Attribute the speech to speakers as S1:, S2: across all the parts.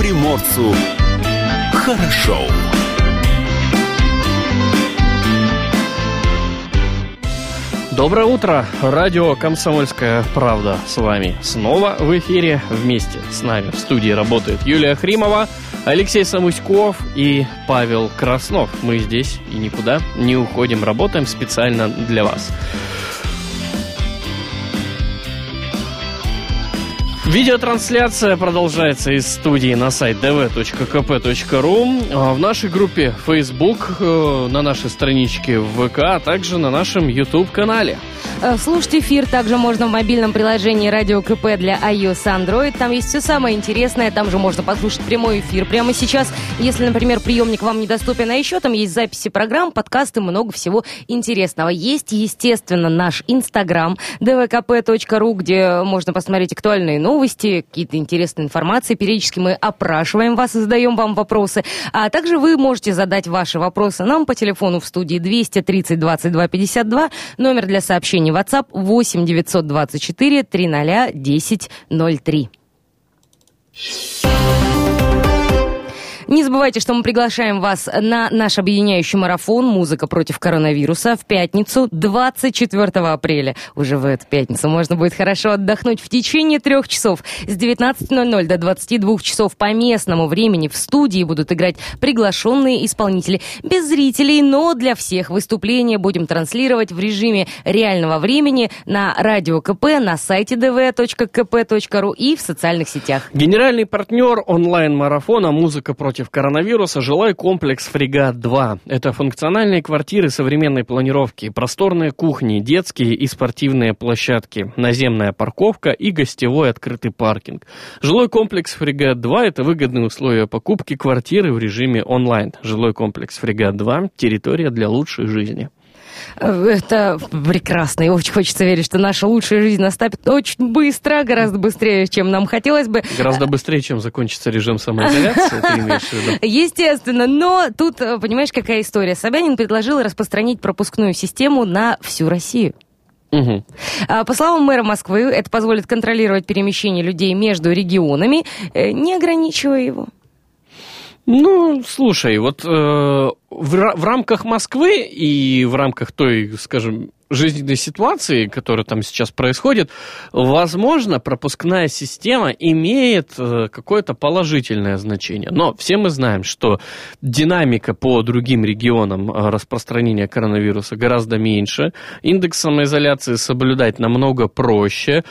S1: приморцу хорошо.
S2: Доброе утро, радио «Комсомольская правда» с вами снова в эфире. Вместе с нами в студии работает Юлия Хримова, Алексей Самуськов и Павел Краснов. Мы здесь и никуда не уходим, работаем специально для вас. Видеотрансляция продолжается из студии на сайт dv.kp.ru, в нашей группе Facebook, на нашей страничке в ВК, а также на нашем YouTube-канале.
S3: Слушать эфир также можно в мобильном приложении Радио КП для iOS и Android. Там есть все самое интересное, там же можно послушать прямой эфир прямо сейчас, если, например, приемник вам недоступен, а еще там есть записи программ, подкасты, много всего интересного. Есть, естественно, наш Инстаграм dvkp.ru, где можно посмотреть актуальные новости, какие-то интересные информации. Периодически мы опрашиваем вас и задаем вам вопросы. А также вы можете задать ваши вопросы нам по телефону в студии 230 22 52, номер для сообщений WhatsApp 8 924 300 1003. Не забывайте, что мы приглашаем вас на наш объединяющий марафон «Музыка против коронавируса» в пятницу, 24 апреля. Уже в эту пятницу можно будет хорошо отдохнуть в течение 3 часов. С 19:00 до 22 часов по местному времени в студии будут играть приглашенные исполнители. Без зрителей, но для всех выступления будем транслировать в режиме реального времени на Радио КП, на сайте dv.kp.ru и в социальных сетях.
S2: Генеральный партнер онлайн-марафона «Музыка против коронавируса» жилой комплекс «Фрегат-2». Это функциональные квартиры современной планировки, просторные кухни, детские и спортивные площадки, наземная парковка и гостевой открытый паркинг. Жилой комплекс «Фрегат-2» — это выгодные условия покупки квартиры в режиме онлайн. Жилой комплекс «Фрегат-2» — территория для лучшей жизни.
S3: Это прекрасно, и очень хочется верить, что наша лучшая жизнь наступит очень быстро, гораздо быстрее, чем нам хотелось бы.
S2: Гораздо быстрее, чем закончится режим самоизоляции, ты имеешь в виду?
S3: Естественно, но тут, понимаешь, какая история. Собянин предложил распространить пропускную систему на всю Россию.
S2: Угу.
S3: По словам мэра Москвы, это позволит контролировать перемещение людей между регионами, не ограничивая его.
S2: Ну, слушай, вот в рамках Москвы и в рамках той, скажем, жизненной ситуации, которая там сейчас происходит, возможно, пропускная система имеет какое-то положительное значение. Но все мы знаем, что динамика по другим регионам распространения коронавируса гораздо меньше, индекс самоизоляции соблюдать намного проще,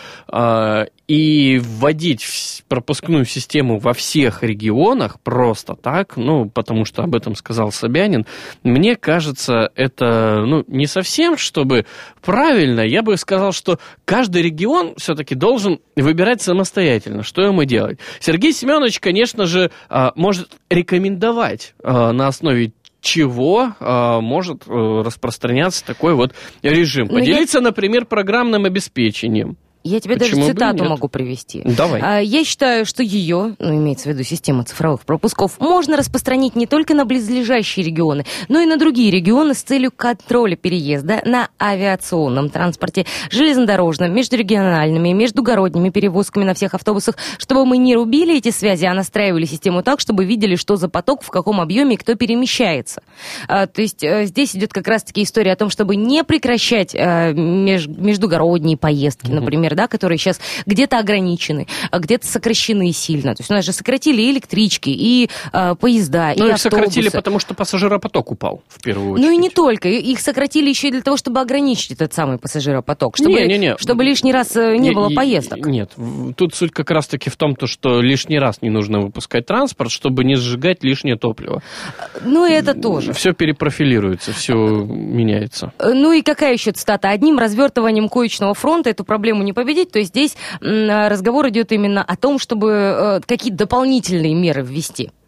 S2: и вводить пропускную систему во всех регионах просто так, ну, потому что об этом сказал Собянин, мне кажется, это, не совсем, чтобы правильно. Я бы сказал, что каждый регион все-таки должен выбирать самостоятельно, что ему делать. Сергей Семенович, конечно же, может рекомендовать на основе чего может распространяться такой вот режим. Поделиться, например, программным обеспечением.
S3: Я тебе даже цитату могу привести.
S2: Давай.
S3: Я считаю, что ее, имеется в виду система цифровых пропусков, можно распространить не только на близлежащие регионы, но и на другие регионы с целью контроля переезда на авиационном транспорте, железнодорожном, межрегиональными, междугородними перевозками на всех автобусах, чтобы мы не рубили эти связи, а настраивали систему так, чтобы видели, что за поток, в каком объеме и кто перемещается. То есть здесь идет как раз-таки история о том, чтобы не прекращать междугородние поездки, например, которые сейчас где-то ограничены, где-то сокращены сильно. То есть у нас же сократили и электрички, и поезда, и автобусы.
S2: Их сократили, потому что пассажиропоток упал, в первую очередь.
S3: Ну и не только. Их сократили еще и для того, чтобы ограничить этот самый пассажиропоток, чтобы лишний раз не было поездок.
S2: Нет, тут суть как раз-таки в том, что лишний раз не нужно выпускать транспорт, чтобы не сжигать лишнее топливо.
S3: Ну и это тоже.
S2: Все перепрофилируется, все меняется.
S3: Ну и какая еще цитата? Одним развертыванием коечного фронта эту проблему не победить. То есть здесь разговор идет именно о том, чтобы какие-то дополнительные меры ввести.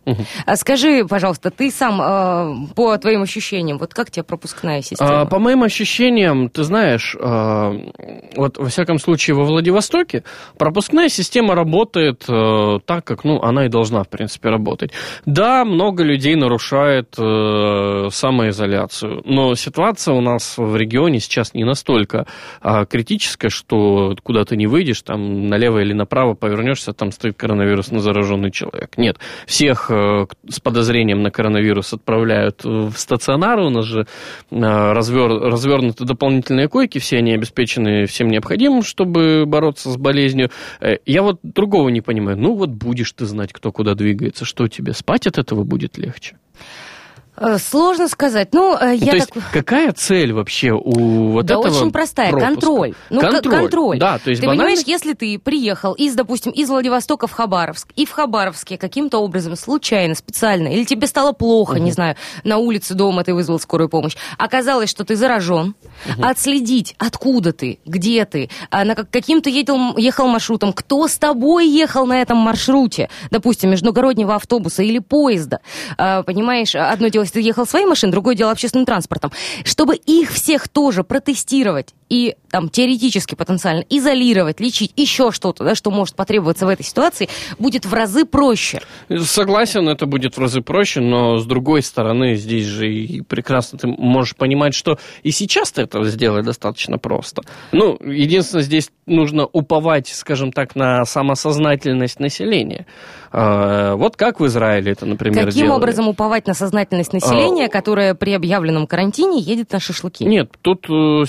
S3: А скажи, пожалуйста, ты сам, по твоим ощущениям, вот как тебе пропускная система?
S2: По моим ощущениям, ты знаешь, вот во всяком случае во Владивостоке пропускная система работает так, как она и должна, в принципе, работать. Да, много людей нарушает самоизоляцию, но ситуация у нас в регионе сейчас не настолько критическая, что куда ты не выйдешь, там налево или направо повернешься, там стоит коронавирусно зараженный человек. Нет, всех с подозрением на коронавирус отправляют в стационары, у нас же развернуты дополнительные койки, все они обеспечены всем необходимым, чтобы бороться с болезнью. Я вот другого не понимаю. Будешь ты знать, кто куда двигается, что тебе, спать от этого будет легче?
S3: Сложно сказать.
S2: Какая цель вообще у вот этого
S3: очень простая.
S2: пропуска?
S3: Контроль. Контроль.
S2: Да, то есть
S3: ты
S2: банально...
S3: понимаешь, если ты приехал допустим, из Владивостока в Хабаровск, и в Хабаровске каким-то образом, случайно, специально, или тебе стало плохо, не знаю, на улице дома ты вызвал скорую помощь, оказалось, что ты заражен, отследить, откуда ты, где ты, каким ты ехал маршрутом, кто с тобой ехал на этом маршруте, допустим, междугороднего автобуса или поезда, понимаешь, одно дело, если ты ехал своей машиной, другое дело общественным транспортом, чтобы их всех тоже протестировать и теоретически, потенциально изолировать, лечить, еще что-то, да, что может потребоваться в этой ситуации, будет в разы проще.
S2: Согласен, это будет в разы проще, но с другой стороны, здесь же и прекрасно ты можешь понимать, что и сейчас ты это сделать достаточно просто. Единственное, здесь нужно уповать, скажем так, на самосознательность населения. Вот как в Израиле это, например,
S3: Каким
S2: делали.
S3: образом уповать на сознательность населения, которое при объявленном карантине едет на шашлыки?
S2: Нет, тут...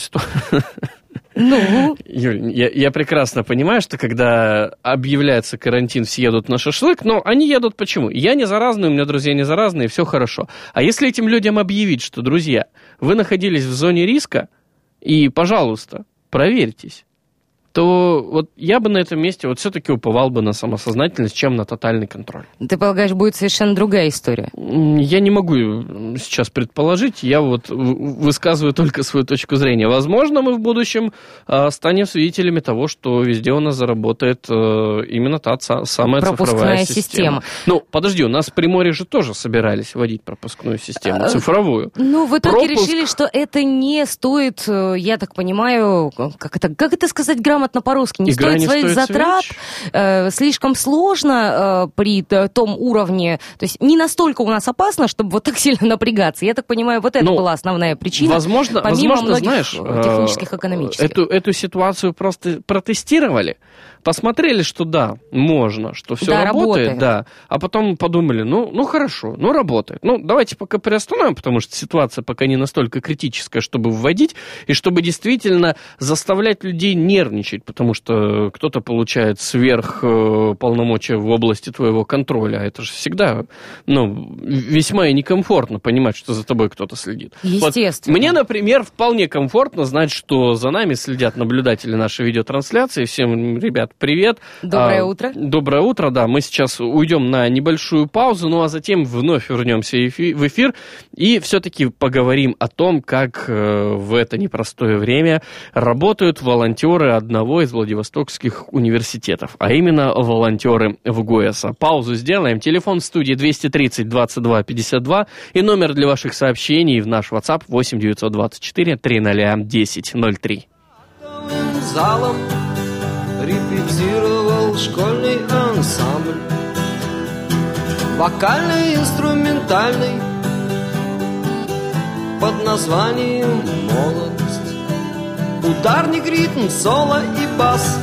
S2: Юль, я прекрасно понимаю, что когда объявляется карантин, все едут на шашлык, но они едут почему? Я не заразный, у меня друзья не заразные, все хорошо. А если этим людям объявить, что, друзья, вы находились в зоне риска, и, пожалуйста, проверьтесь, то вот я бы на этом месте все-таки уповал бы на самосознательность, чем на тотальный контроль.
S3: Ты полагаешь, будет совершенно другая история?
S2: Я не могу сейчас предположить, я высказываю только свою точку зрения. Возможно, мы в будущем станем свидетелями того, что везде у нас заработает именно та самая цифровая система. Подожди, у нас в Приморье же тоже собирались вводить пропускную систему, цифровую.
S3: В итоге решили, что это не стоит, я так понимаю, как это сказать грамотно по-русски, не стоит своих затрат, слишком сложно при том уровне, то есть не настолько у нас опасно, чтобы вот так сильно напрягаться. Я так понимаю, вот это была основная причина, помимо многих
S2: знаешь,
S3: технических, экономических.
S2: Эту ситуацию просто протестировали, посмотрели, что да, можно, что все работает, да, а потом подумали, хорошо, работает. Давайте пока приостановим, потому что ситуация пока не настолько критическая, чтобы вводить, и чтобы действительно заставлять людей нервничать, потому что кто-то получает сверхполномочия в области твоего контроля. Это же всегда весьма и некомфортно понимать, что за тобой кто-то следит.
S3: Естественно.
S2: Мне, например, вполне комфортно знать, что за нами следят наблюдатели нашей видеотрансляции. Всем, ребят, привет.
S3: Доброе утро.
S2: Доброе утро, да. Мы сейчас уйдем на небольшую паузу, а затем вновь вернемся в эфир и все-таки поговорим о том, как в это непростое время работают волонтеры одного из владивостокских университетов, а именно волонтеры в ГУЭСа. Паузу сделаем. Телефон в студии 230 22 52 и номер для ваших сообщений в наш WhatsApp 8 924 300 10 03.
S4: Залом репетировал школьный ансамбль, вокальный, инструментальный, под названием «Молодость». Ударник, ритм, соло и бас,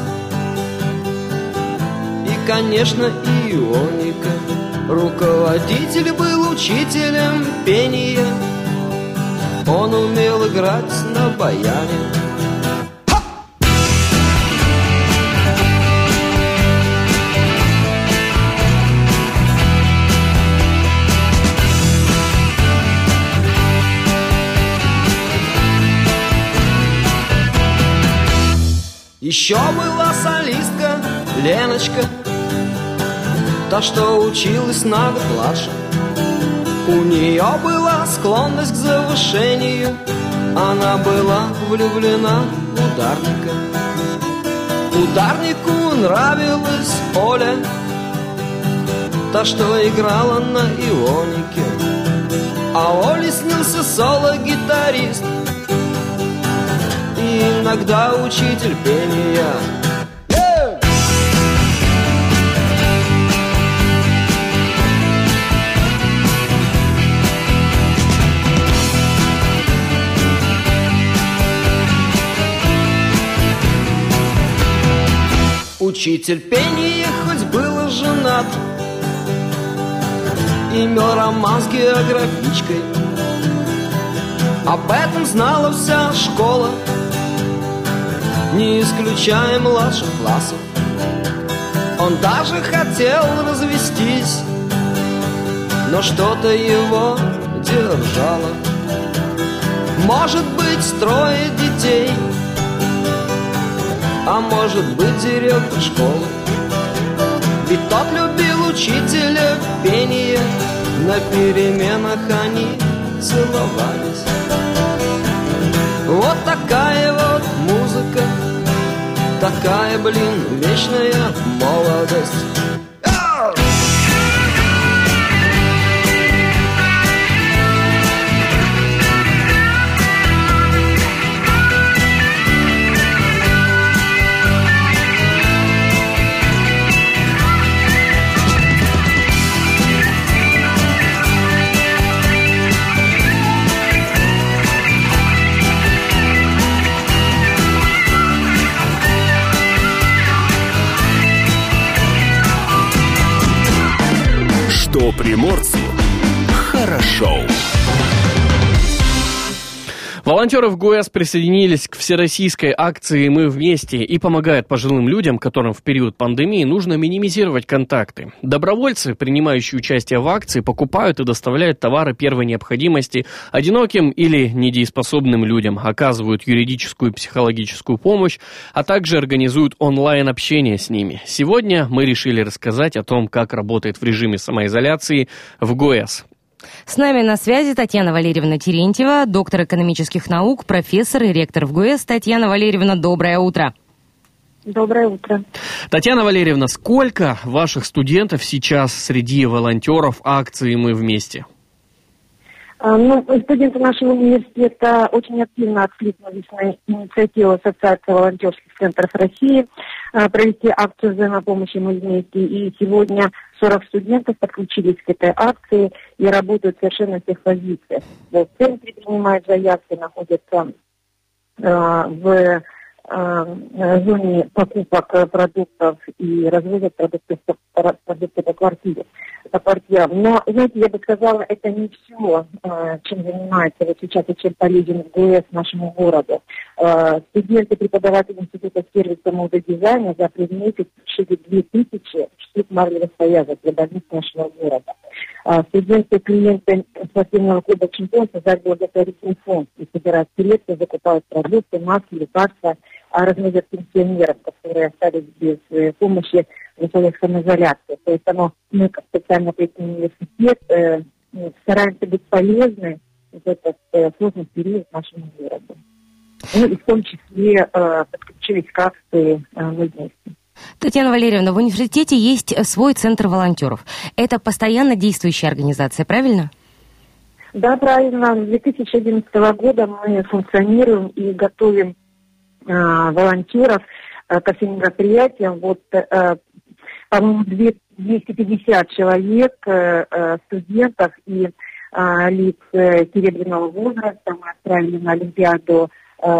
S4: и, конечно, ионика. Руководитель был учителем пения, он умел играть на баяне. Еще была солистка Леночка, та, что училась на год младше. У нее была склонность к завышению, она была влюблена в ударника. Ударнику нравилась Оля, та, что играла на ионике. А Оле снился соло-гитарист и иногда учитель пения. Учитель пения хоть был женат, имел роман с географичкой. Об этом знала вся школа, не исключая младших классов. Он даже хотел развестись, но что-то его держало. Может быть, 3 детей, а может быть, директор школы. Ведь тот любил учителя пения, на переменах они целовались. Вот такая вот музыка, такая, блин, вечная молодость.
S1: Что приморцу хорошо.
S2: Волонтеры в ГУЭС присоединились к всероссийской акции «Мы вместе» и помогают пожилым людям, которым в период пандемии нужно минимизировать контакты. Добровольцы, принимающие участие в акции, покупают и доставляют товары первой необходимости одиноким или недееспособным людям, оказывают юридическую и психологическую помощь, а также организуют онлайн-общение с ними. Сегодня мы решили рассказать о том, как работает в режиме самоизоляции в ГУЭС.
S3: С нами на связи Татьяна Валерьевна Терентьева, доктор экономических наук, профессор и ректор в ГУЭС. Татьяна Валерьевна, доброе утро.
S5: Доброе утро.
S2: Татьяна Валерьевна, сколько ваших студентов сейчас среди волонтеров акции «Мы вместе»?
S5: Студенты нашего университета очень активно откликнулись на инициативу Ассоциации волонтерских центров России провести акцию взаимопомощи «Мы вместе». И сегодня 40 студентов подключились к этой акции и работают совершенно в всех позициях. В центре принимают заявки, находятся в зоне покупок продуктов и развозят продукты по квартире. По квартирам. Но, знаете, я бы сказала, это не все, чем занимается вот сейчас и чем полезен в ГУЭС нашему городу. Студенты, преподаватели Института сервиса мододизайна за апрель месяц шили 2000 штук марлевых повязок для больниц нашего города. Студенты, клиенты спортивного клуба «Чемпион» создали благотворительный фонд и собирают средства, закупают продукты, маски, лекарства, развозят пенсионеров, которые остались без помощи в условиях самоизоляции. Поэтому мы, как специально приехали университет, стараемся быть полезны в этот сложный период нашему городу. И в том числе подключились к акции «Мы вместе».
S3: Татьяна Валерьевна, в университете есть свой центр волонтеров. Это постоянно действующая организация, правильно?
S5: Да, правильно. С 2011 года мы функционируем и готовим волонтеров ко всем мероприятиям. Вот, по-моему, 250 человек, студентов и лиц серебряного возраста мы отправили на Олимпиаду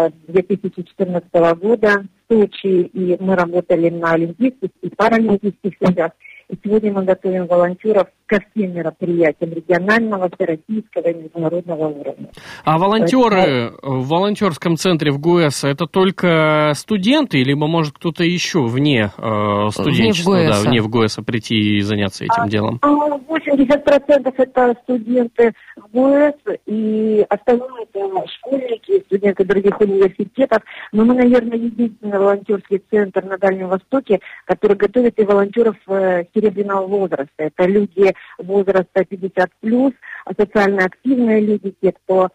S5: 2014 года в Сочи, и мы работали на олимпийских и паралимпийских играх. И сегодня мы готовим волонтеров ко всем мероприятиям регионального, всероссийского и международного уровня.
S2: А волонтеры в волонтерском центре в ГУЭС это только студенты, либо может кто-то еще вне студенчества, вне в ГУЭСа прийти и заняться этим делом?
S5: 80% это студенты в ГУЭС, и остальное это школьники, студенты других университетов. Но мы, наверное, единственный волонтерский центр на Дальнем Востоке, который готовит и волонтеров серебряного возраста. Это люди возраста 50+, социально активные люди, те, кто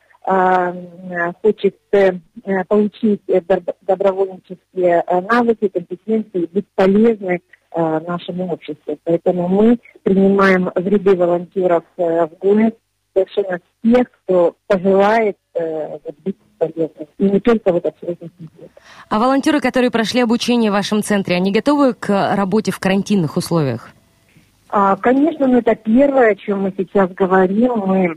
S5: хочет получить добровольческие навыки, компетенции, быть полезны нашему обществу. Поэтому мы принимаем в ряды волонтеров в ГУЭС совершенно всех, кто пожелает быть полезным. И не только в этот срочный период.
S3: А волонтеры, которые прошли обучение в вашем центре, они готовы к работе в карантинных условиях?
S5: Конечно, но это первое, о чем мы сейчас говорим. Мы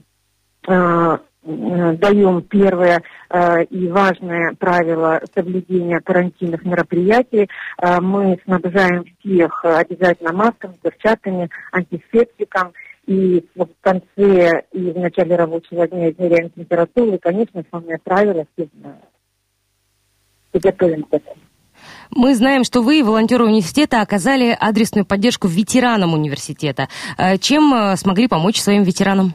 S5: даем первое и важное правило соблюдения карантинных мероприятий. Мы снабжаем всех обязательно масками, перчатками, антисептиком. И в конце и в начале рабочего дня измеряем температуру. И, конечно, основные правила все готовим к этому.
S3: Мы знаем, что вы, волонтеры университета, оказали адресную поддержку ветеранам университета. Чем смогли помочь своим ветеранам?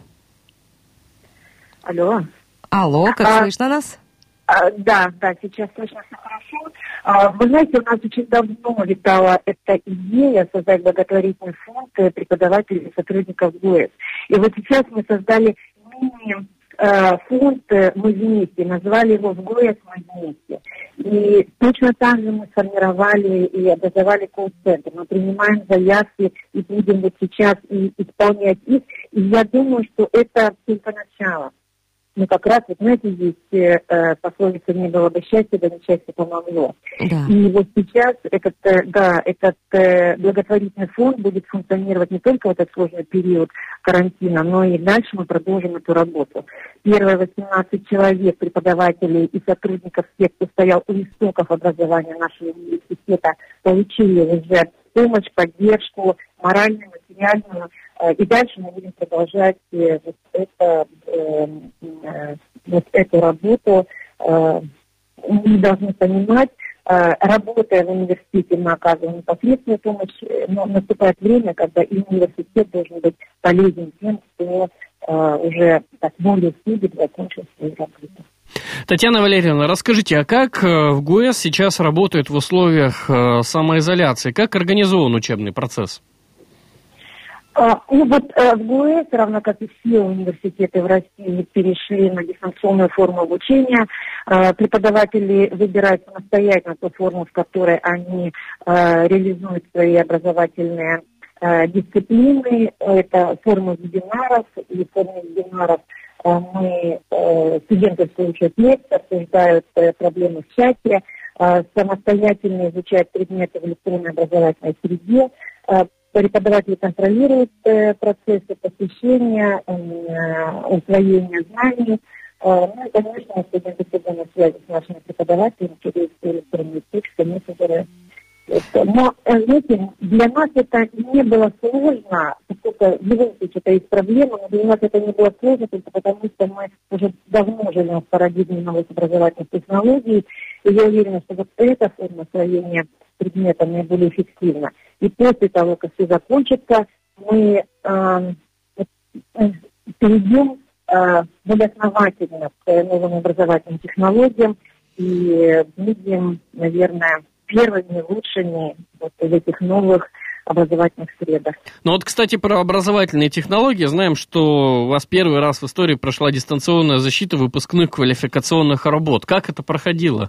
S3: Алло, как слышно нас?
S5: Да, сейчас слышно все хорошо. Вы знаете, у нас очень давно витала эта идея создать благотворительный фонд преподавателей и сотрудников ГУЭС. И вот сейчас мы создали мини-фонд «Мы вместе», назвали его «В ГУЭС мы вместе». И точно так же мы сформировали и образовали колл-центр. Мы принимаем заявки и будем вот сейчас и исполнять их. И я думаю, что это только начало. Ну, как раз, вот, знаете, есть пословица «не было бы счастья, да несчастье помогло». Да. И вот сейчас этот благотворительный фонд будет функционировать не только в этот сложный период карантина, но и дальше мы продолжим эту работу. Первые 18 человек, преподавателей и сотрудников всех, кто стоял у истоков образования нашего университета, получили уже помощь, поддержку, моральную, материальную. И дальше мы будем продолжать эту работу. Мы должны понимать, работая в университете, мы оказываем непосредственную помощь, но наступает время, когда и университет должен быть полезен тем, кто уже так более судит, закончил свою работу.
S2: Татьяна Валерьевна, расскажите, а как в ГУЭС сейчас работает в условиях самоизоляции? Как организован учебный процесс?
S5: В ГУЭС, равно как и все университеты в России, перешли на дистанционную форму обучения. Преподаватели выбирают самостоятельно ту форму, в которой они реализуют свои образовательные дисциплины. Это форма вебинаров. И в форме вебинаров студенты слушают лекции, обсуждают проблемы в чате, самостоятельно изучают предметы в электронной образовательной среде. Преподаватели контролируют процессы посещения, усвоения знаний. Ну и, конечно, студенты всегда на связи с нашими преподавателями через электронные почты, мессенджеры. Но, знаете, для нас это не было сложно, поскольку в любом случае это есть проблема, но для нас это не было сложно, только потому что мы уже давно живем в парадигме новых образовательных технологий, и я уверена, что вот эта форма освоения предмета наиболее эффективна. И после того, как все закончится, мы перейдем более основательно к новым образовательным технологиям и будем, наверное, первыми лучшими вот в этих новых образовательных средах.
S2: Ну вот, кстати, про образовательные технологии. Знаем, что у вас первый раз в истории прошла дистанционная защита выпускных квалификационных работ. Как это проходило?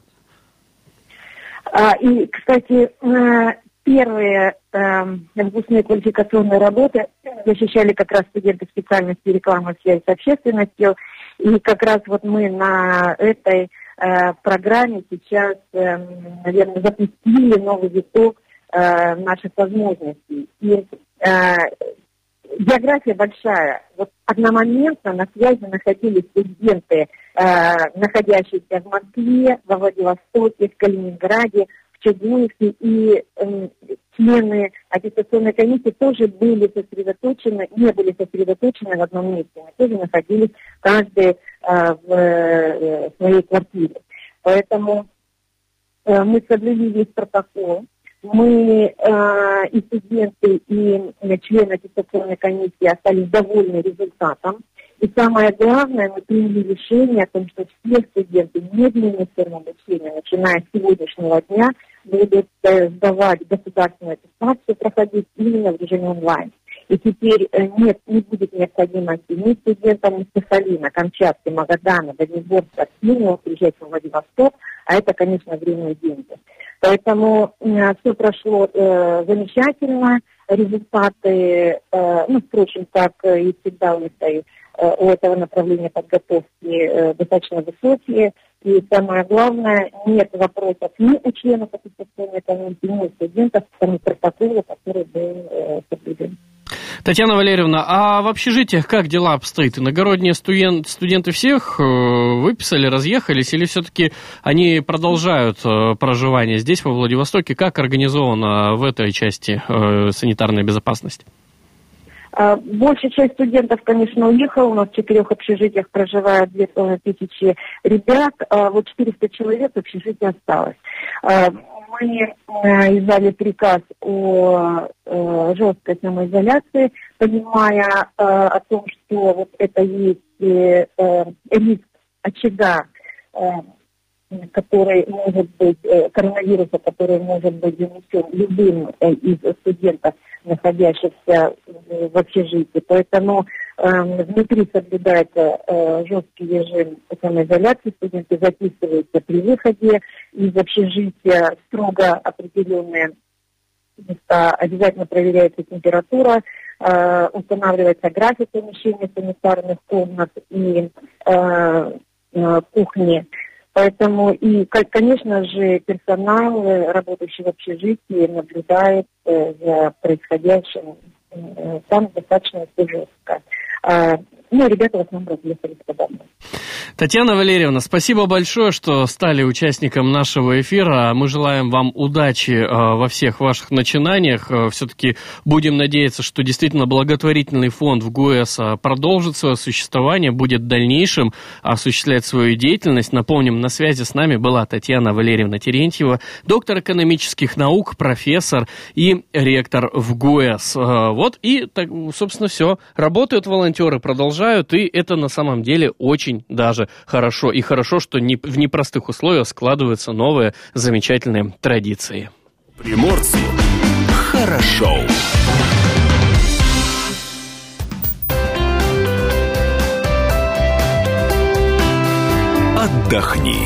S5: И, кстати, первые выпускные квалификационные работы защищали как раз студенты специальности рекламы, связи с общественностью. И как раз вот мы на этой программе сейчас, наверное, запустили новый виток наших возможностей. И география большая. Вот одномоментно на связи находились студенты, находящиеся в Москве, во Владивостоке, в Калининграде, в Чугуевке, и члены аттестационной комиссии тоже не были сосредоточены в одном месте. Мы тоже находились каждый в своей квартире. Поэтому мы соблюли весь протокол. Мы и студенты, и члены аттестационной комиссии остались довольны результатом. И самое главное, мы приняли решение о том, что все студенты медленной формы обучения, начиная с сегодняшнего дня, будут сдавать государственную аттестацию, проходить именно в режиме онлайн. И теперь не будет необходимости ни студентам из Сахалина, Камчатки, Магадана, Дальнегорска, Киева приезжать в Владивосток, а это, конечно, время и деньги. Поэтому все прошло замечательно, результаты, впрочем, как и всегда у этого направления подготовки достаточно высокие. И самое главное, нет вопросов ни у членов аттестационной комиссии, ни у студентов, кроме протокола, который был соблюден.
S2: Татьяна Валерьевна, а в общежитиях как дела обстоят? Иногородние студенты всех выписали, разъехались, или все-таки они продолжают проживание здесь, во Владивостоке? Как организована в этой части санитарная безопасность?
S5: Большая часть студентов, конечно, уехала. У нас в 4 общежитиях проживает 2500 ребят. Вот 400 человек в общежитии осталось. Мы издали приказ о жесткой самоизоляции, понимая о том, что вот это есть риск очага, который может быть, коронавируса, который может быть занесен любым из студентов, находящихся в общежитии. Поэтому внутри соблюдается жесткий режим самоизоляции. Студенты записываются при выходе из общежития, строго определенные места, обязательно проверяется температура, устанавливается график помещения санитарных комнат и кухни. Поэтому и, конечно же, персонал, работающий в общежитии, наблюдает за происходящим там достаточно жестко. Ребята в основном разъехались по домам.
S2: Татьяна Валерьевна, спасибо большое, что стали участником нашего эфира. Мы желаем вам удачи во всех ваших начинаниях. Все-таки будем надеяться, что действительно благотворительный фонд в ГУЭС продолжит свое существование, будет в дальнейшем осуществлять свою деятельность. Напомним, на связи с нами была Татьяна Валерьевна Терентьева, доктор экономических наук, профессор и ректор в ГУЭС. Вот и, собственно, все. Работают волонтеры, продолжают, и это на самом деле очень даже хорошо. И хорошо, что в непростых условиях складываются новые замечательные традиции.
S1: Приморцу хорошо. Отдохни.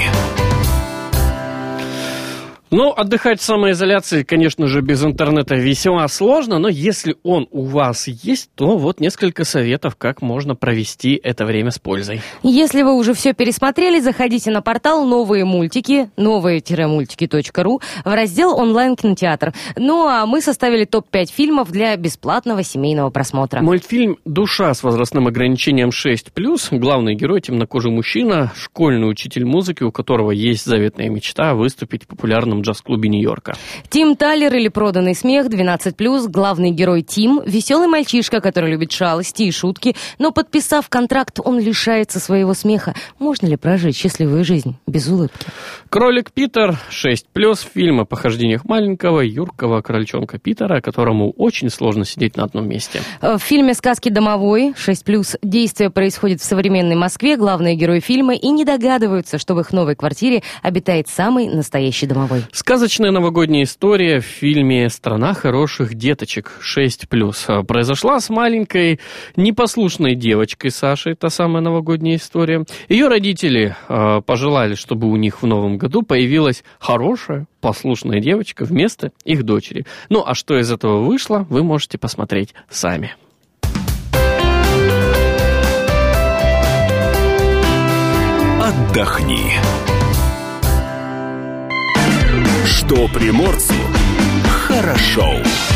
S2: Отдыхать в самоизоляции, конечно же, без интернета весьма сложно, но если он у вас есть, то вот несколько советов, как можно провести это время с пользой.
S3: Если вы уже все пересмотрели, заходите на портал «Новые мультики», новые-мультики.ру, в раздел «Онлайн-кинотеатр». А мы составили топ-5 фильмов для бесплатного семейного просмотра.
S2: Мультфильм «Душа» с возрастным ограничением 6+. Главный герой — темнокожий мужчина, школьный учитель музыки, у которого есть заветная мечта выступить в популярном джаз-клубе Нью-Йорка.
S3: Тим Талер или «Проданный смех» 12+. Главный герой Тим — веселый мальчишка, который любит шалости и шутки, но, подписав контракт, он лишается своего смеха. Можно ли прожить счастливую жизнь без улыбки?
S2: Кролик Питер 6+. Фильм о похождениях маленького юркого крольчонка Питера, которому очень сложно сидеть на одном месте.
S3: В фильме «Сказки домовой» 6+. Действие происходит в современной Москве. Главные герои фильма и не догадываются, что в их новой квартире обитает самый настоящий домовой.
S2: Сказочная новогодняя история в фильме «Страна хороших деточек» 6+. Произошла с маленькой непослушной девочкой Сашей, та самая новогодняя история. Ее родители пожелали, чтобы у них в новом году появилась хорошая, послушная девочка вместо их дочери. А что из этого вышло, вы можете посмотреть сами.
S1: Отдохни. Что приморцу хорошо.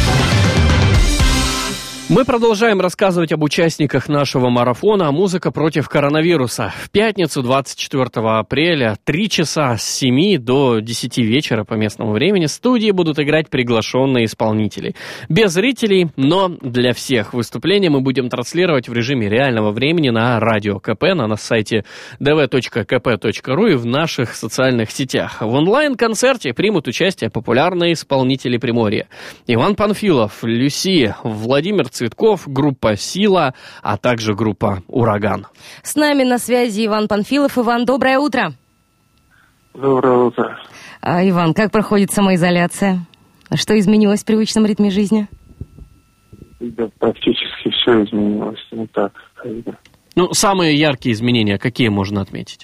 S2: Мы продолжаем рассказывать об участниках нашего марафона «Музыка против коронавируса». В пятницу, 24 апреля, 3 часа с 7 до 10 вечера по местному времени в студии будут играть приглашенные исполнители. Без зрителей, но для всех. Выступления мы будем транслировать в режиме реального времени на радио КП, на сайте dv.kp.ru и в наших социальных сетях. В онлайн-концерте примут участие популярные исполнители Приморья: Иван Панфилов, Люси, Владимир Цветков, группа «Сила», а также группа «Ураган».
S3: С нами на связи Иван Панфилов. Иван, доброе утро.
S6: Доброе утро.
S3: Иван, как проходит самоизоляция? Что изменилось в привычном ритме жизни?
S6: Да, практически все изменилось, не так.
S2: Ну, самые яркие изменения какие можно отметить?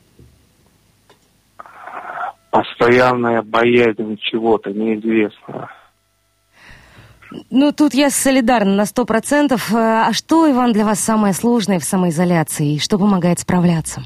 S6: Постоянная боязнь чего-то неизвестного.
S3: Ну, тут я солидарна на 100%. А что, Иван, для вас самое сложное в самоизоляции? И что помогает справляться?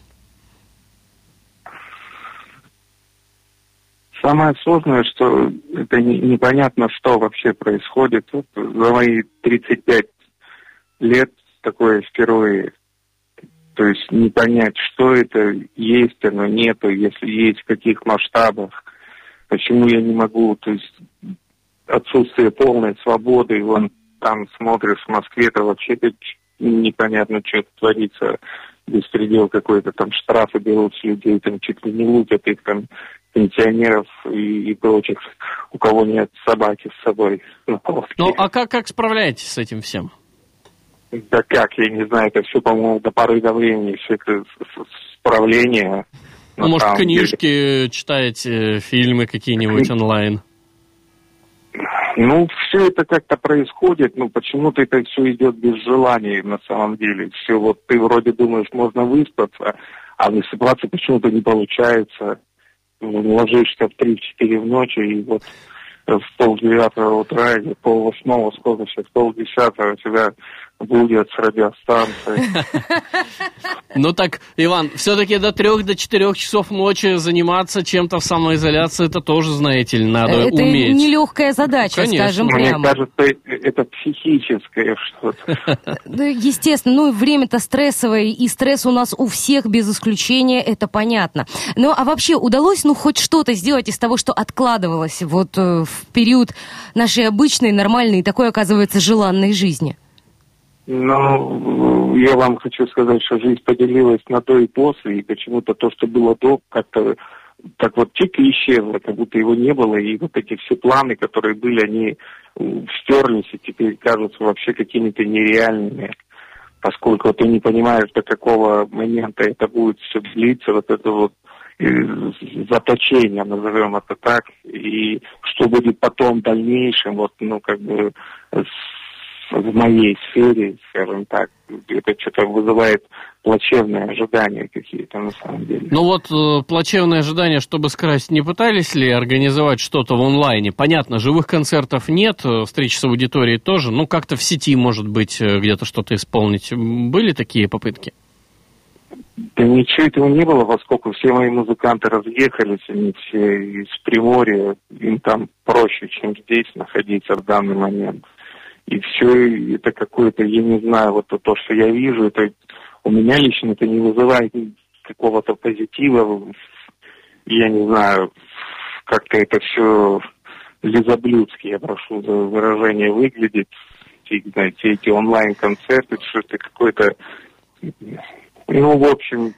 S6: Самое сложное, что это непонятно, что вообще происходит. Вот за мои 35 лет такое впервые. То есть не понять, что это, есть оно, нету, если есть, в каких масштабах, почему я не могу, то есть отсутствие полной свободы, вон там смотришь в Москве-то вообще непонятно, что творится, беспредел какой-то, там штрафы берут с людей, там чуть ли не лупят их, там, пенсионеров и прочих, у кого нет собаки с собой.
S2: Ну, а как справляетесь с этим всем?
S6: Да как, я не знаю, это все, по-моему, до поры до времени, все это справление.
S2: Ну, может, книжки читаете, фильмы какие-нибудь онлайн?
S6: Ну, все это как-то происходит, но почему-то это все идет без желания на самом деле. Все, вот ты вроде думаешь, можно выспаться, а высыпаться почему-то не получается. Ложишься в 3-4 в ночи, и вот в 8:30 утра или 7:30, сколько сейчас, 9:30 тебя будет с радиостанции.
S2: Ну так, Иван, все-таки до 3-4 часов ночи заниматься чем-то в самоизоляции, это тоже, знаете ли, надо уметь.
S3: Это нелегкая задача, скажем прямо.
S6: Мне кажется, это психическое что-то.
S3: Естественно, ну и время-то стрессовое, и стресс у нас у всех без исключения, это понятно. Ну а вообще удалось, хоть что-то сделать из того, что откладывалось вот в период нашей обычной, нормальной, такой, оказывается, желанной жизни?
S6: Ну, я вам хочу сказать, что жизнь поделилась на до и после, и почему-то то, что было до, как-то так вот чик и исчезло, как будто его не было, и вот эти все планы, которые были, они стерлись и теперь кажутся вообще какими-то нереальными, поскольку ты не понимаешь, до какого момента это будет все длиться, вот это вот заточение, назовем это так, и что будет потом в дальнейшем, вот, в моей сфере, скажем так, это что-то вызывает плачевные ожидания какие-то на самом деле.
S2: Ну вот плачевные ожидания, чтобы скрасить, не пытались ли организовать что-то в онлайне? Понятно, живых концертов нет, встреч с аудиторией тоже, как-то в сети, может быть, где-то что-то исполнить. Были такие попытки?
S6: Да ничего этого не было, поскольку все мои музыканты разъехались, они все из Приморья, им там проще, чем здесь находиться в данный момент. И все это какое-то, я не знаю, вот то, что я вижу, это у меня лично это не вызывает какого-то позитива. Я не знаю, как-то это все лизоблюдски, я прошу за выражение, выглядит. Все эти онлайн-концерты, что это какое-то... в общем...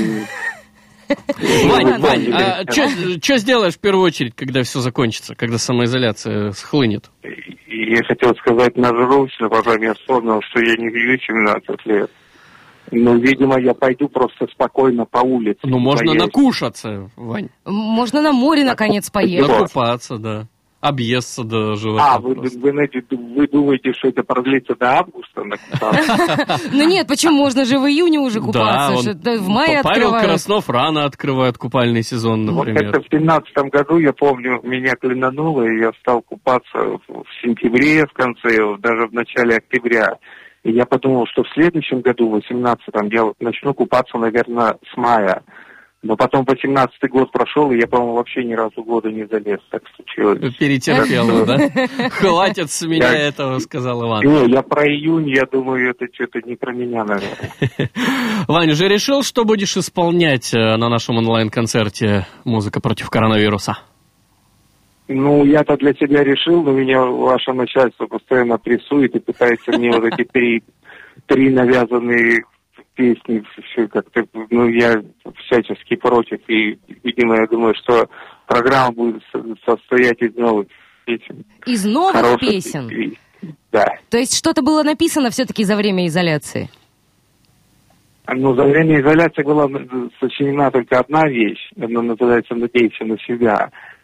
S2: Вань, а что сделаешь в первую очередь, когда все закончится, когда самоизоляция схлынет?
S6: Я хотел сказать, нажрусь, но потом я вспомнил, что я не пью 17 лет. Видимо, я пойду просто спокойно по улице.
S2: Можно накушаться, Вань.
S3: Можно на море, наконец, поехать.
S2: Накупаться, да. Объесться до живота.
S6: Вы думаете, что это продлится до августа?
S3: Нет, почему? Можно же в июне уже купаться. В мае открывают.
S2: Павел Краснов рано открывает купальный сезон, например.
S6: Вот это в 2017 году, я помню, меня клянуло, и я стал купаться в сентябре, в конце, даже в начале октября. И я подумал, что в следующем году, в 2018, я начну купаться, наверное, с мая. Но потом 18-й год прошел, и я, по-моему, вообще ни разу в воду не залез. Так случилось.
S2: Перетерпел, да? Хватит с меня этого, сказал Иван.
S6: Я про июнь, я думаю, это что-то не про меня, наверное.
S2: Вань, уже решил, что будешь исполнять на нашем онлайн-концерте «Музыка против коронавируса»?
S6: Я-то для себя решил, но меня ваше начальство постоянно прессует и пытается мне вот эти три навязанные песни, все как-то, я всячески против, и, видимо, я думаю, что программа будет состоять из новых песен.
S3: Из новых песен?
S6: Да.
S3: То есть что-то было написано все-таки за время изоляции?
S6: За время изоляции была сочинена только одна вещь, она называется «Надейся на себя».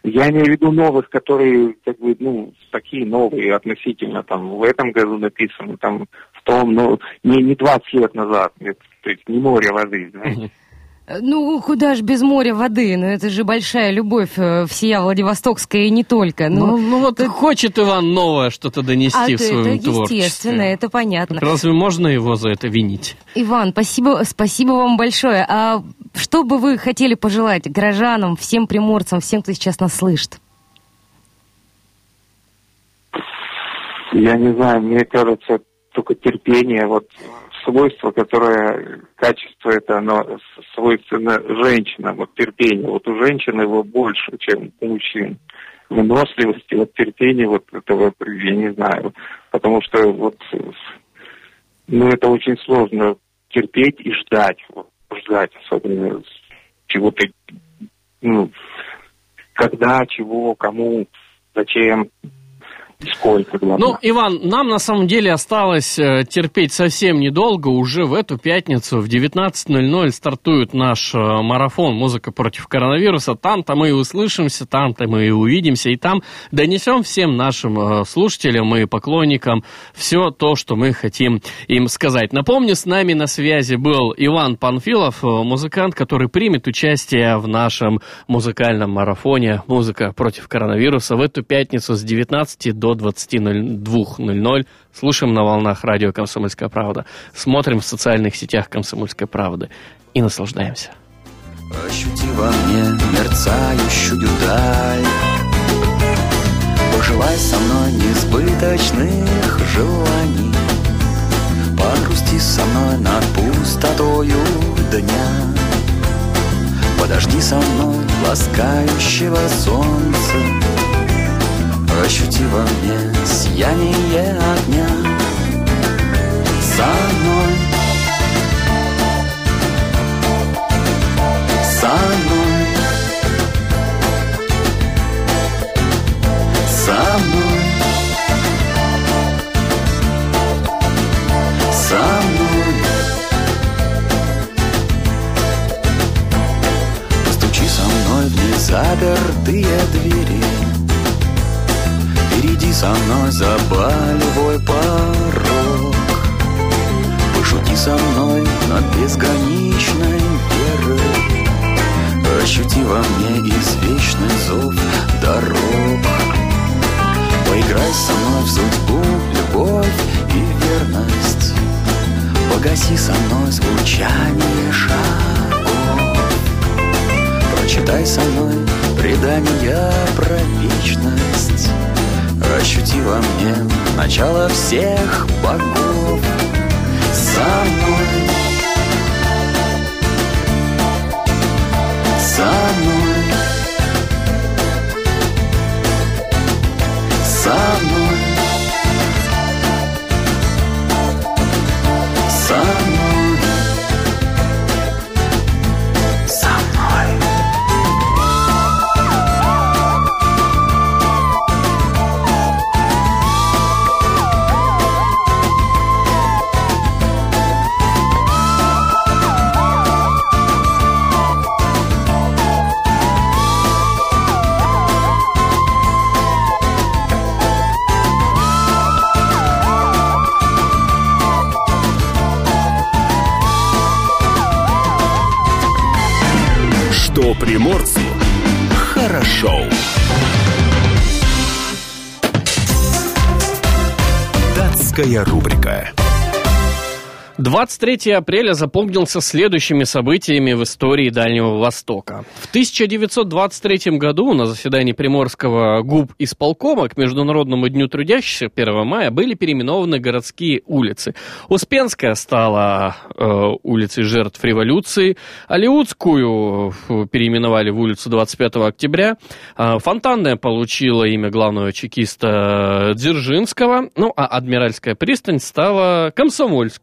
S6: Я имею в виду новых, которые, как бы, ну, такие новые относительно, там, в этом году написаны, там, в том, ну, не 20 лет назад, то есть не море воды, знаете.
S3: Ну, куда ж без моря воды? Ну, это же большая любовь всея Владивостокская и не только.
S2: Ну вот хочет Иван новое что-то донести в своем творчестве.
S3: Естественно, это понятно.
S2: Разве можно его за это винить?
S3: Иван, спасибо вам большое. А что бы вы хотели пожелать горожанам, всем приморцам, всем, кто сейчас нас слышит?
S6: Я не знаю, мне кажется, только терпение, вот свойство, которое, качество это, оно свойственно женщинам, вот терпение. Вот у женщин его больше, чем у мужчин. Выносливости, вот терпение, вот этого, я не знаю. Потому что вот, ну, это очень сложно терпеть и ждать. Вот, ждать, особенно чего-то, ну, когда, чего, кому, зачем. Сколько, главное.
S2: Ну, Иван, нам на самом деле осталось терпеть совсем недолго. Уже в эту пятницу в 19:00 стартует наш марафон «Музыка против коронавируса». Там-то мы и услышимся, там-то мы и увидимся, и там донесем всем нашим слушателям и поклонникам все то, что мы хотим им сказать. Напомню, с нами на связи был Иван Панфилов, музыкант, который примет участие в нашем музыкальном марафоне «Музыка против коронавируса» в эту пятницу с 19 до 22:00. Слушаем на волнах радио «Комсомольская правда». Смотрим в социальных сетях «Комсомольской правды» и наслаждаемся.
S7: Ощути во мне мерцающую даль, пожелай со мной несбыточных желаний, погрусти со мной над пустотою дня, подожди со мной ласкающего солнца, ощути во мне сияние огня. Со мной, со мной, со мной, со мной. Постучи со мной в незапертые двери, перейди со мной за болевой порог, пошути со мной над безграничной верой, ощути во мне извечный зов дорог. Поиграй со мной в судьбу, любовь и верность, погаси со мной звучание шагов, прочитай со мной предания про вечность, ощути во мне начало всех богов. Со мной, со мной, со мной, со мной, со мной.
S1: Что приморцу хорошо. Датская рубрика.
S2: 23 апреля запомнился следующими событиями в истории Дальнего Востока. В 1923 году на заседании Приморского губисполкома к Международному дню трудящихся 1 мая были переименованы городские улицы. Успенская стала улицей жертв революции, Алиутскую переименовали в улицу 25 октября, Фонтанная получила имя главного чекиста Дзержинского, ну а Адмиральская пристань стала Комсомольской.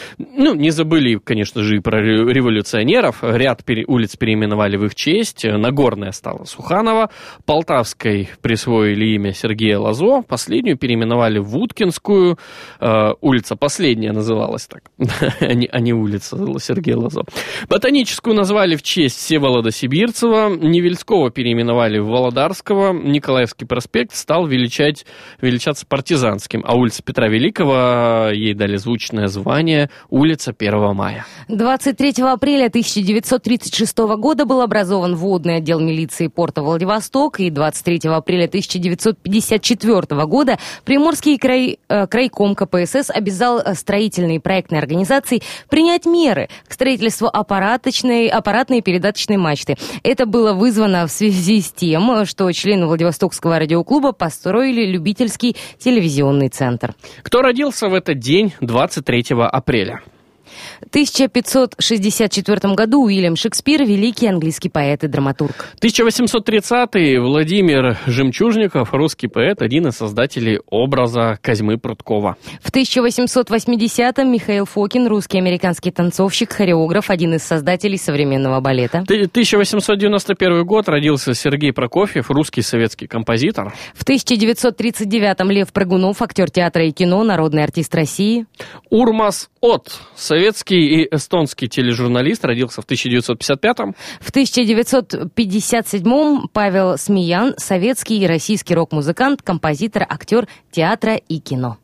S2: Ну, не забыли, конечно же, и про революционеров. Ряд улиц переименовали в их честь. Нагорная стала Суханова. Полтавской присвоили имя Сергея Лазо. Последнюю переименовали в Уткинскую. Улица последняя называлась так, а не улица Сергея Лазо. Ботаническую назвали в честь Всеволода Сибирцева. Невельского переименовали в Володарского. Николаевский проспект стал величаться Партизанским. А улица Петра Великого, ей дали звучное звание улица 1 мая.
S3: 23 апреля 1936 года был образован водный отдел милиции порта Владивосток, и 23 апреля 1954 года Приморский крайком КПСС обязал строительные и проектные организации принять меры к строительству аппаратной и передаточной мачты. Это было вызвано в связи с тем, что члены Владивостокского радиоклуба построили любительский телевизионный центр.
S2: Кто родился в этот день, 23 апреля?
S3: В 1564 году Уильям Шекспир, великий английский поэт и драматург.
S2: 1830-й Владимир Жемчужников, русский поэт, один из создателей образа Козьмы Прудкова.
S3: В 1880-м Михаил Фокин, русский американский танцовщик, хореограф, один из создателей современного балета.
S2: 1891 год родился Сергей Прокофьев, русский советский композитор.
S3: В 1939-м Лев Прыгунов, актер театра и кино, народный артист России.
S2: Урмас От, советский и эстонский тележурналист, родился в 1955-м.
S3: В 1957-м Павел Смеян, советский и российский рок-музыкант, композитор, актер театра и кино.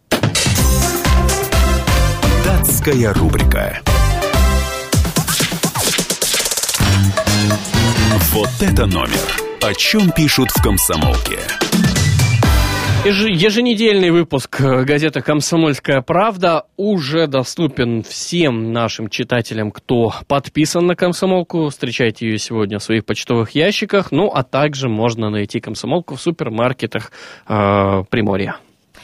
S1: Датская рубрика. Вот это номер. О чем пишут в «Комсомолке».
S2: Еженедельный выпуск газеты «Комсомольская правда» уже доступен всем нашим читателям, кто подписан на «Комсомолку». Встречайте ее сегодня в своих почтовых ящиках. Ну, а также можно найти «Комсомолку» в супермаркетах Приморья.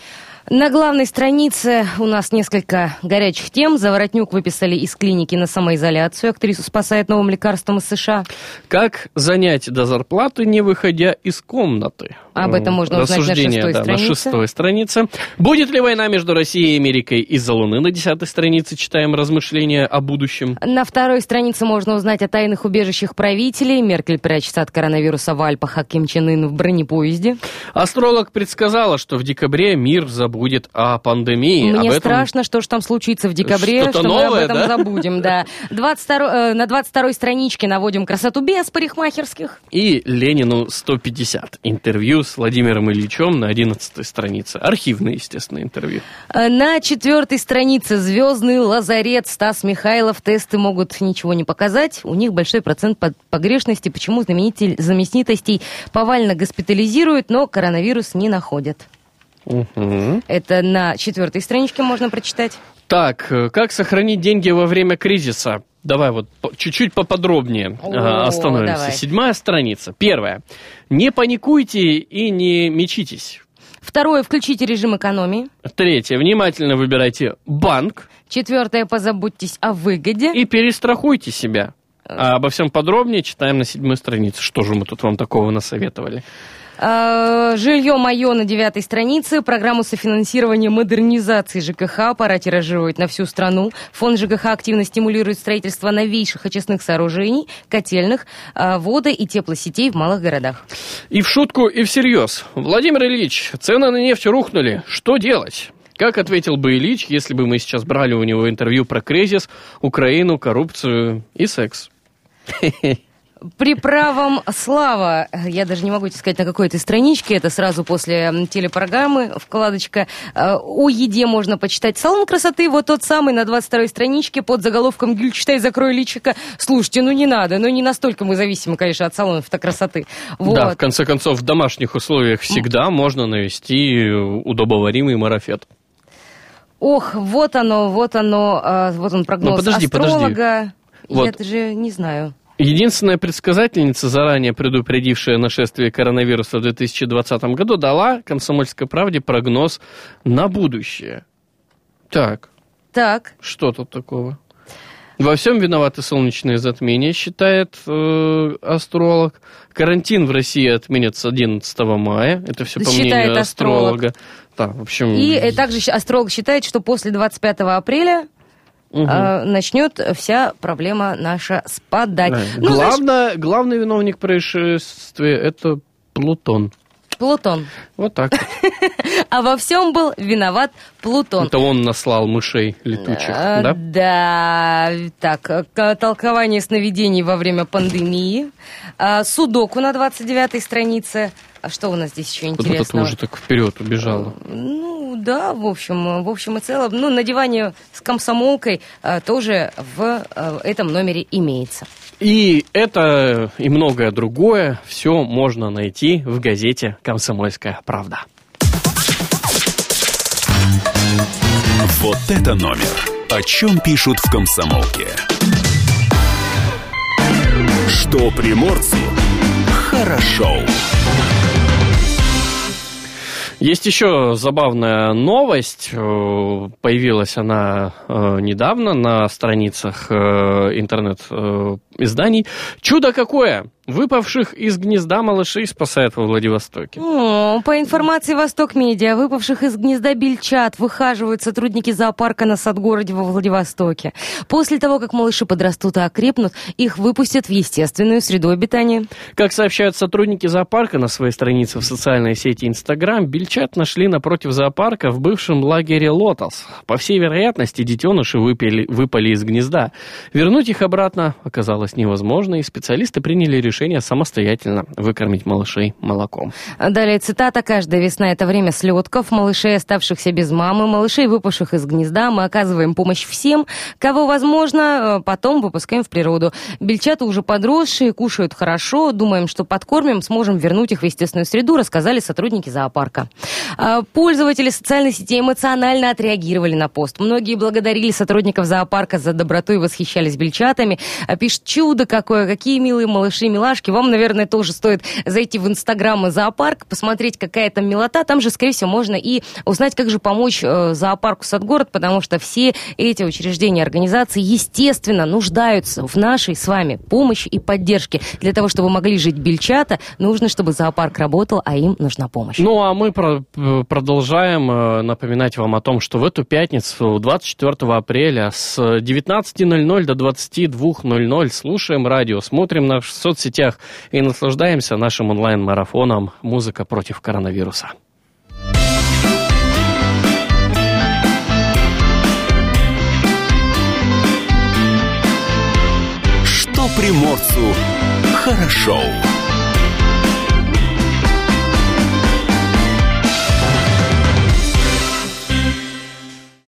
S3: На главной странице у нас несколько горячих тем. Заворотнюк выписали из клиники на самоизоляцию. Актрису спасает новым лекарством из США.
S2: Как занять до зарплаты, не выходя из комнаты?
S3: Об этом можно узнать на 6-й странице.
S2: На 6-й странице. Будет ли война между Россией и Америкой из-за Луны? На 10-й странице читаем размышления о будущем.
S3: На 2-й странице можно узнать о тайных убежищах правителей. Меркель прячется от коронавируса в Альпах, а Ким Чен Ын в бронепоезде.
S2: Астролог предсказала, что в декабре мир забудет о пандемии.
S3: Мне страшно, что же там случится в декабре, что
S2: новое,
S3: мы об этом забудем. Да. На 22-й страничке наводим красоту без парикмахерских.
S2: И Ленину 150. Интервью с Владимиром Ильичем на 11-й странице. Архивное, естественно, интервью. На
S3: 4-й странице «Звездный лазарет». Стас Михайлов. Тесты могут ничего не показать. У них большой процент погрешности. Почему знаменитостей повально госпитализируют, но коронавирус не находят?
S2: Угу.
S3: Это на 4-й страничке можно прочитать.
S2: Так, как сохранить деньги во время кризиса? Давай вот чуть-чуть поподробнее остановимся.
S3: Давай.
S2: 7-я страница. 1. Не паникуйте и не мечитесь.
S3: 2. Включите режим экономии.
S2: 3. Внимательно выбирайте банк.
S3: 4. Позаботьтесь о выгоде.
S2: И перестрахуйте себя. А обо всем подробнее читаем на 7-й странице. Что же мы тут вам такого насоветовали?
S3: Жилье мое на 9-й странице. Программу софинансирования модернизации ЖКХ пора тиражировать на всю страну. Фонд ЖКХ активно стимулирует строительство новейших очистных сооружений, котельных, водо- и теплосетей в малых городах. И
S2: в шутку, и всерьез. Владимир Ильич, цены на нефть рухнули. Что делать? Как ответил бы Ильич, если бы мы сейчас брали у него интервью про кризис, Украину, коррупцию и секс?
S3: Приправам слава. Я даже не могу тебе сказать, на какой этой страничке. Это сразу после телепрограммы. Вкладочка о еде можно почитать. Салон красоты, вот тот самый, на 22-й страничке под заголовком «Гюль, читай, закрой личико». Слушайте, ну не надо. Ну не настолько мы зависимы, конечно, от салонов-то красоты. Вот.
S2: Да, в конце концов, в домашних условиях всегда можно навести удобоваримый марафет.
S3: Ох, вот он прогноз астролога.
S2: Вот.
S3: Я даже не знаю.
S2: Единственная предсказательница, заранее предупредившая нашествие коронавируса в 2020 году, дала «Комсомольской правде» прогноз на будущее. Так. Что тут такого? Во всем виноваты солнечные затмения, считает астролог. Карантин в России отменят с 11 мая. Это все по мнению астролога. Да, в общем...
S3: И также астролог считает, что после 25 апреля начнет вся проблема наша спадать.
S2: Да.
S3: Ну,
S2: Главный виновник происшествия – это Плутон.
S3: Плутон.
S2: Вот так вот.
S3: А во всем был виноват Плутон.
S2: Это он наслал мышей летучих, да?
S3: Да. Так, толкование сновидений во время пандемии. Судоку на 29-й странице. А что у нас здесь еще интересного?
S2: Вот это уже так вперед убежало.
S3: Ну, да, в общем и целом. Ну, надевание с комсомолкой тоже в этом номере имеется.
S2: И это, и многое другое все можно найти в газете «Комсомольская правда».
S1: Вот это номер. О чем пишут в «Комсомолке». Что приморцу хорошо.
S2: Есть еще забавная новость. Появилась она недавно на страницах интернет-изданий. Чудо какое! Выпавших из гнезда малышей спасают во Владивостоке.
S3: По информации Восток Медиа, выпавших из гнезда бельчат выхаживают сотрудники зоопарка на Садгороде во Владивостоке. После того, как малыши подрастут и окрепнут, их выпустят в естественную среду обитания.
S2: Как сообщают сотрудники зоопарка на своей странице в социальной сети Инстаграм, бельчат нашли напротив зоопарка в бывшем лагере «Лотос». По всей вероятности, детеныши выпали из гнезда. Вернуть их обратно оказалось невозможно, и специалисты приняли решение самостоятельно выкормить малышей молоком.
S3: Далее цитата. «Каждая весна – это время слетков, малышей, оставшихся без мамы, малышей, выпавших из гнезда. Мы оказываем помощь всем, кого возможно, потом выпускаем в природу. Бельчата уже подросшие, кушают хорошо. Думаем, что подкормим, сможем вернуть их в естественную среду», рассказали сотрудники зоопарка. Пользователи социальной сети эмоционально отреагировали на пост. Многие благодарили сотрудников зоопарка за доброту и восхищались бельчатами. Пишут: «Чудо какое, какие милые малыши, милашки». Вам, наверное, тоже стоит зайти в Инстаграм и зоопарк, посмотреть, какая там милота. Там же, скорее всего, можно и узнать, как же помочь зоопарку Садгород, потому что все эти учреждения, организации, естественно, нуждаются в нашей с вами помощи и поддержке. Для того, чтобы могли жить бельчата, нужно, чтобы зоопарк работал, а им нужна помощь.
S2: Ну, а мы продолжаем напоминать вам о том, что в эту пятницу, 24 апреля, с 19:00 до 22:00 слушаем радио, смотрим наши соцсети и наслаждаемся нашим онлайн-марафоном «Музыка против коронавируса».
S1: Что приморцу хорошо.